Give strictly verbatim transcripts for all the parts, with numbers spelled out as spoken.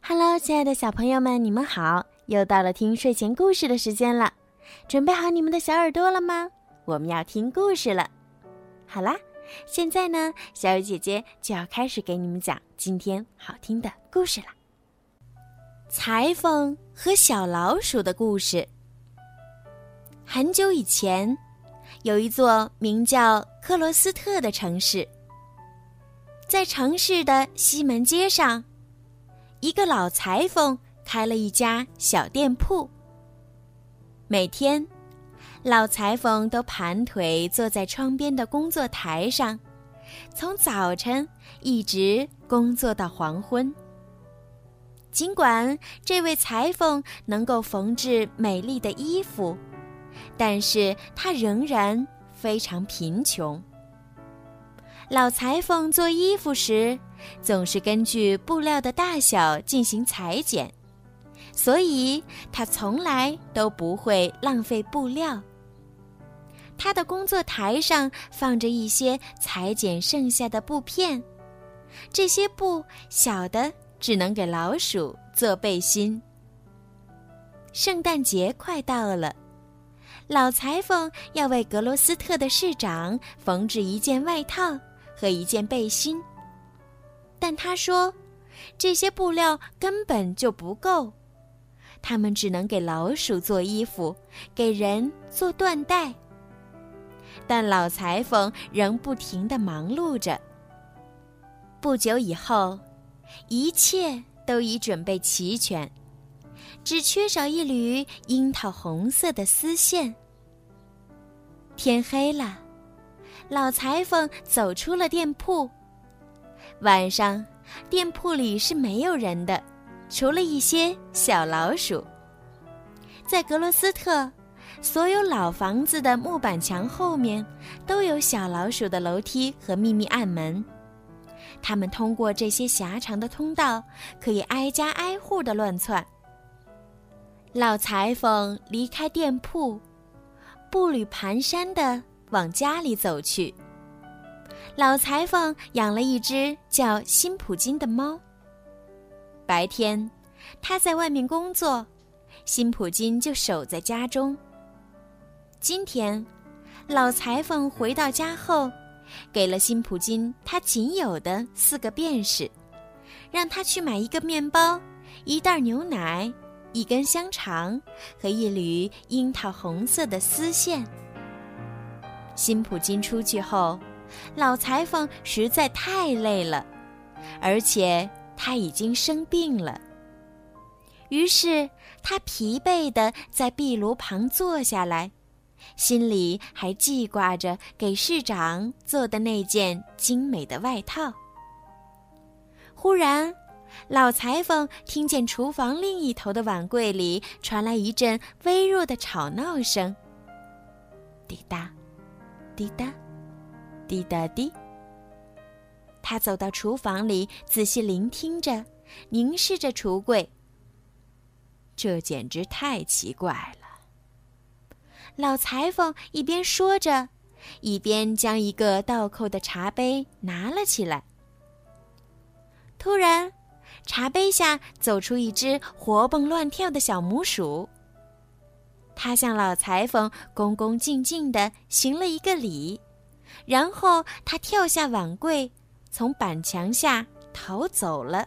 Hello， 亲爱的小朋友们，你们好！又到了听睡前故事的时间了，准备好你们的小耳朵了吗？我们要听故事了。好啦，现在呢，小雨姐姐就要开始给你们讲今天好听的故事了。裁缝和小老鼠的故事。很久以前，有一座名叫克罗斯特的城市，在城市的西门街上，一个老裁缝开了一家小店铺。每天，老裁缝都盘腿坐在窗边的工作台上，从早晨一直工作到黄昏。尽管这位裁缝能够缝制美丽的衣服，但是他仍然非常贫穷。老裁缝做衣服时，总是根据布料的大小进行裁剪，所以他从来都不会浪费布料。他的工作台上放着一些裁剪剩下的布片，这些布小的只能给老鼠做背心。圣诞节快到了，老裁缝要为格罗斯特的市长缝制一件外套和一件背心，但他说这些布料根本就不够，他们只能给老鼠做衣服，给人做缎带。但老裁缝仍不停地忙碌着。不久以后，一切都已准备齐全，只缺少一缕樱桃红色的丝线。天黑了，老裁缝走出了店铺。晚上，店铺里是没有人的，除了一些小老鼠。在格罗斯特，所有老房子的木板墙后面都有小老鼠的楼梯和秘密暗门。它们通过这些狭长的通道，可以挨家挨户地乱窜。老裁缝离开店铺，步履蹒跚地往家里走去。老裁缝养了一只叫辛普金的猫。白天，他在外面工作，辛普金就守在家中。今天，老裁缝回到家后，给了辛普金他仅有的四个便士，让他去买一个面包、一袋牛奶、一根香肠和一缕樱桃红色的丝线。辛普金出去后，老裁缝实在太累了，而且他已经生病了。于是他疲惫地在壁炉旁坐下来，心里还记挂着给市长做的那件精美的外套。忽然，老裁缝听见厨房另一头的碗柜里传来一阵微弱的吵闹声，滴答，滴答，滴答滴。他走到厨房里，仔细聆听着，凝视着橱柜。这简直太奇怪了。老裁缝一边说着，一边将一个倒扣的茶杯拿了起来。突然，茶杯下走出一只活蹦乱跳的小母鼠。它向老裁缝恭恭敬敬地行了一个礼，然后它跳下碗柜，从板墙下逃走了。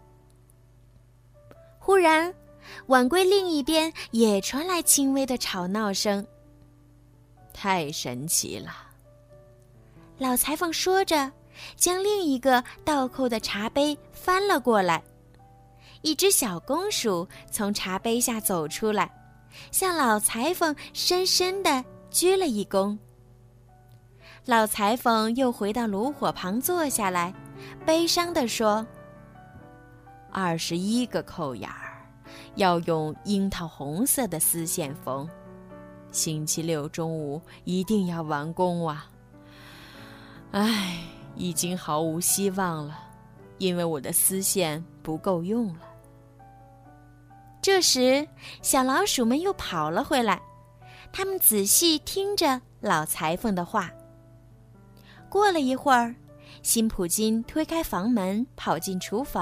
忽然，碗柜另一边也传来轻微的吵闹声。太神奇了，老裁缝说着，将另一个倒扣的茶杯翻了过来。一只小公鼠从茶杯下走出来，向老裁缝深深地鞠了一躬。老裁缝又回到炉火旁坐下来，悲伤地说：二十一个扣眼儿，要用樱桃红色的丝线缝，星期六中午一定要完工啊！唉，已经毫无希望了，因为我的丝线不够用了。这时，小老鼠们又跑了回来，它们仔细听着老裁缝的话。过了一会儿，辛普金推开房门，跑进厨房，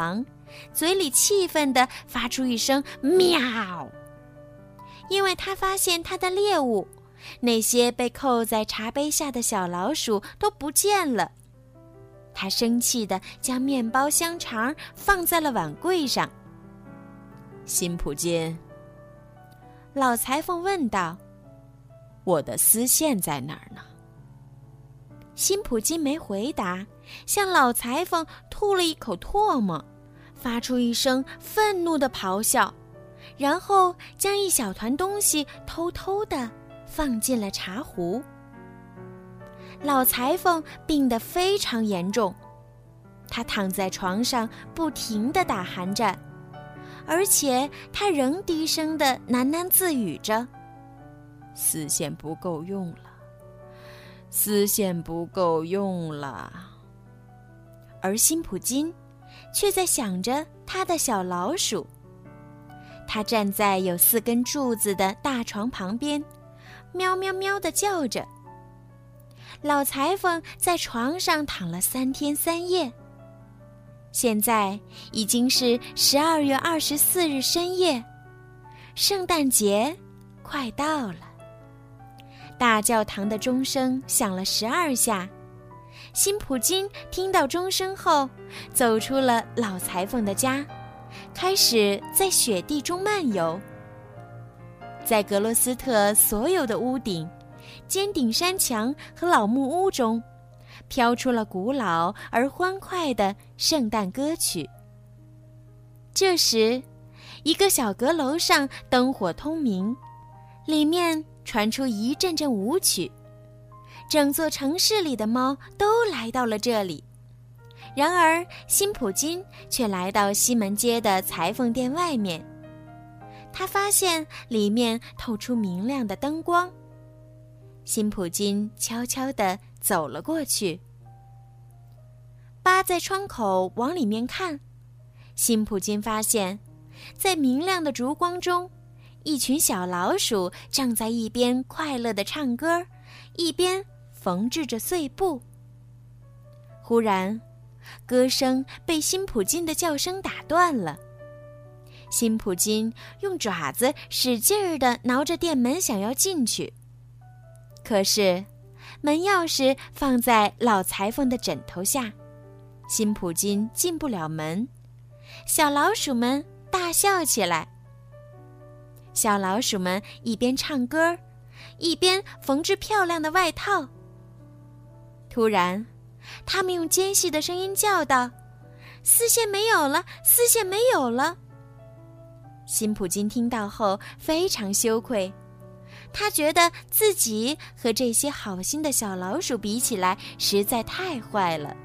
嘴里气愤地发出一声喵，因为他发现他的猎物，那些被扣在茶杯下的小老鼠都不见了。他生气地将面包香肠放在了碗柜上。辛普金，老裁缝问道，我的丝线在哪儿呢？辛普金没回答，向老裁缝吐了一口唾沫，发出一声愤怒的咆哮，然后将一小团东西偷偷地放进了茶壶。老裁缝病得非常严重，他躺在床上不停地打鼾着，而且他仍低声地喃喃自语着，丝线不够用了，丝线不够用了。而辛普金却在想着他的小老鼠。他站在有四根柱子的大床旁边，喵喵喵地叫着。老裁缝在床上躺了三天三夜。现在已经是十二月二十四日深夜，圣诞节快到了。大教堂的钟声响了十二下，辛普金听到钟声后，走出了老裁缝的家，开始在雪地中漫游。在格罗斯特所有的屋顶、尖顶山墙和老木屋中，飘出了古老而欢快的圣诞歌曲。这时，一个小阁楼上灯火通明，里面传出一阵阵舞曲。整座城市里的猫都来到了这里。然而，辛普金却来到西门街的裁缝店外面。他发现里面透出明亮的灯光。辛普金悄悄地走了过去，扒在窗口往里面看。辛普金发现，在明亮的烛光中，一群小老鼠正在一边快乐地唱歌，一边缝制着碎布。忽然，歌声被辛普金的叫声打断了。辛普金用爪子使劲儿地挠着店门，想要进去。可是，门钥匙放在老裁缝的枕头下，辛普金进不了门。小老鼠们大笑起来。小老鼠们一边唱歌，一边缝制漂亮的外套。突然，他们用尖细的声音叫道：“丝线没有了，丝线没有了！”辛普金听到后非常羞愧，他觉得自己和这些好心的小老鼠比起来实在太坏了。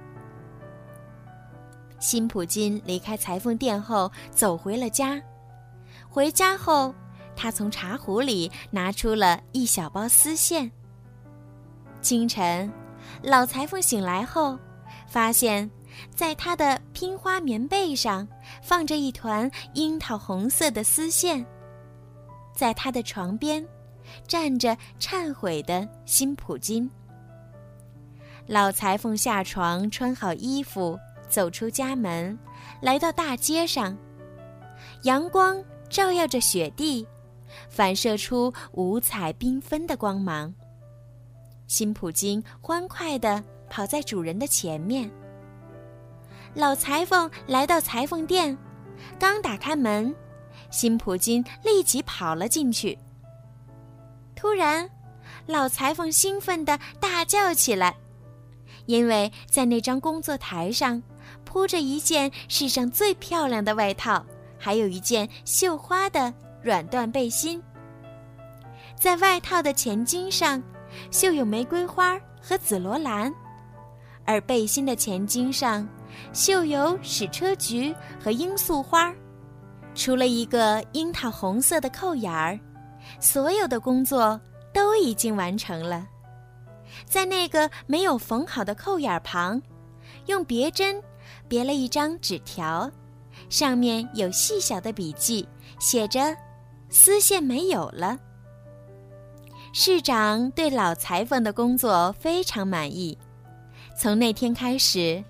辛普金离开裁缝店后走回了家。回家后，他从茶壶里拿出了一小包丝线。清晨，老裁缝醒来后，发现在他的拼花棉被上放着一团樱桃红色的丝线。在他的床边站着忏悔的辛普金。老裁缝下床，穿好衣服，走出家门，来到大街上。阳光照耀着雪地，反射出五彩缤纷的光芒。辛普金欢快地跑在主人的前面。老裁缝来到裁缝店，刚打开门，辛普金立即跑了进去。突然，老裁缝兴奋地大叫起来，因为在那张工作台上铺着一件世上最漂亮的外套，还有一件绣花的软缎背心。在外套的前襟上绣有玫瑰花和紫罗兰，而背心的前襟上绣有矢车菊和罂粟花，除了一个樱桃红色的扣眼儿，所有的工作都已经完成了。在那个没有缝好的扣眼旁，用别针别了一张纸条，上面有细小的笔记，写着丝线没有了。市长对老裁缝的工作非常满意。从那天开始，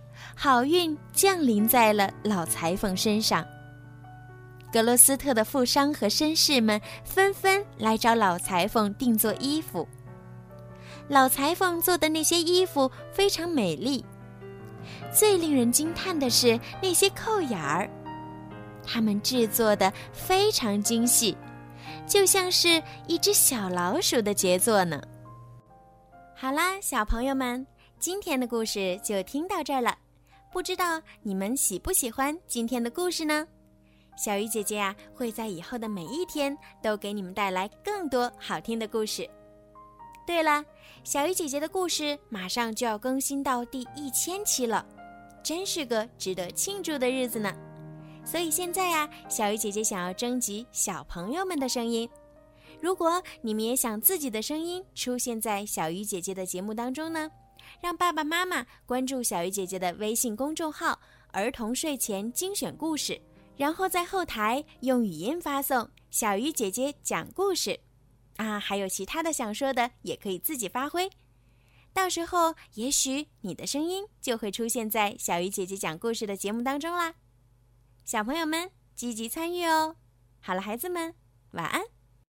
好运降临在了老裁缝身上。格罗斯特的富商和绅士们纷纷来找老裁缝定做衣服。老裁缝做的那些衣服非常美丽，最令人惊叹的是那些扣眼儿，它们制作的非常精细，就像是一只小老鼠的杰作呢。好啦，小朋友们，今天的故事就听到这儿了。不知道你们喜不喜欢今天的故事呢？小鱼姐姐呀、啊，会在以后的每一天都给你们带来更多好听的故事。对了，小鱼姐姐的故事马上就要更新到第一千期了，真是个值得庆祝的日子呢。所以现在呀、啊，小鱼姐姐想要征集小朋友们的声音。如果你们也想自己的声音出现在小鱼姐姐的节目当中呢，让爸爸妈妈关注小鱼姐姐的微信公众号儿童睡前精选故事，然后在后台用语音发送小鱼姐姐讲故事啊，还有其他的想说的也可以自己发挥，到时候也许你的声音就会出现在小鱼姐姐讲故事的节目当中啦。小朋友们积极参与哦。好了，孩子们，晚安。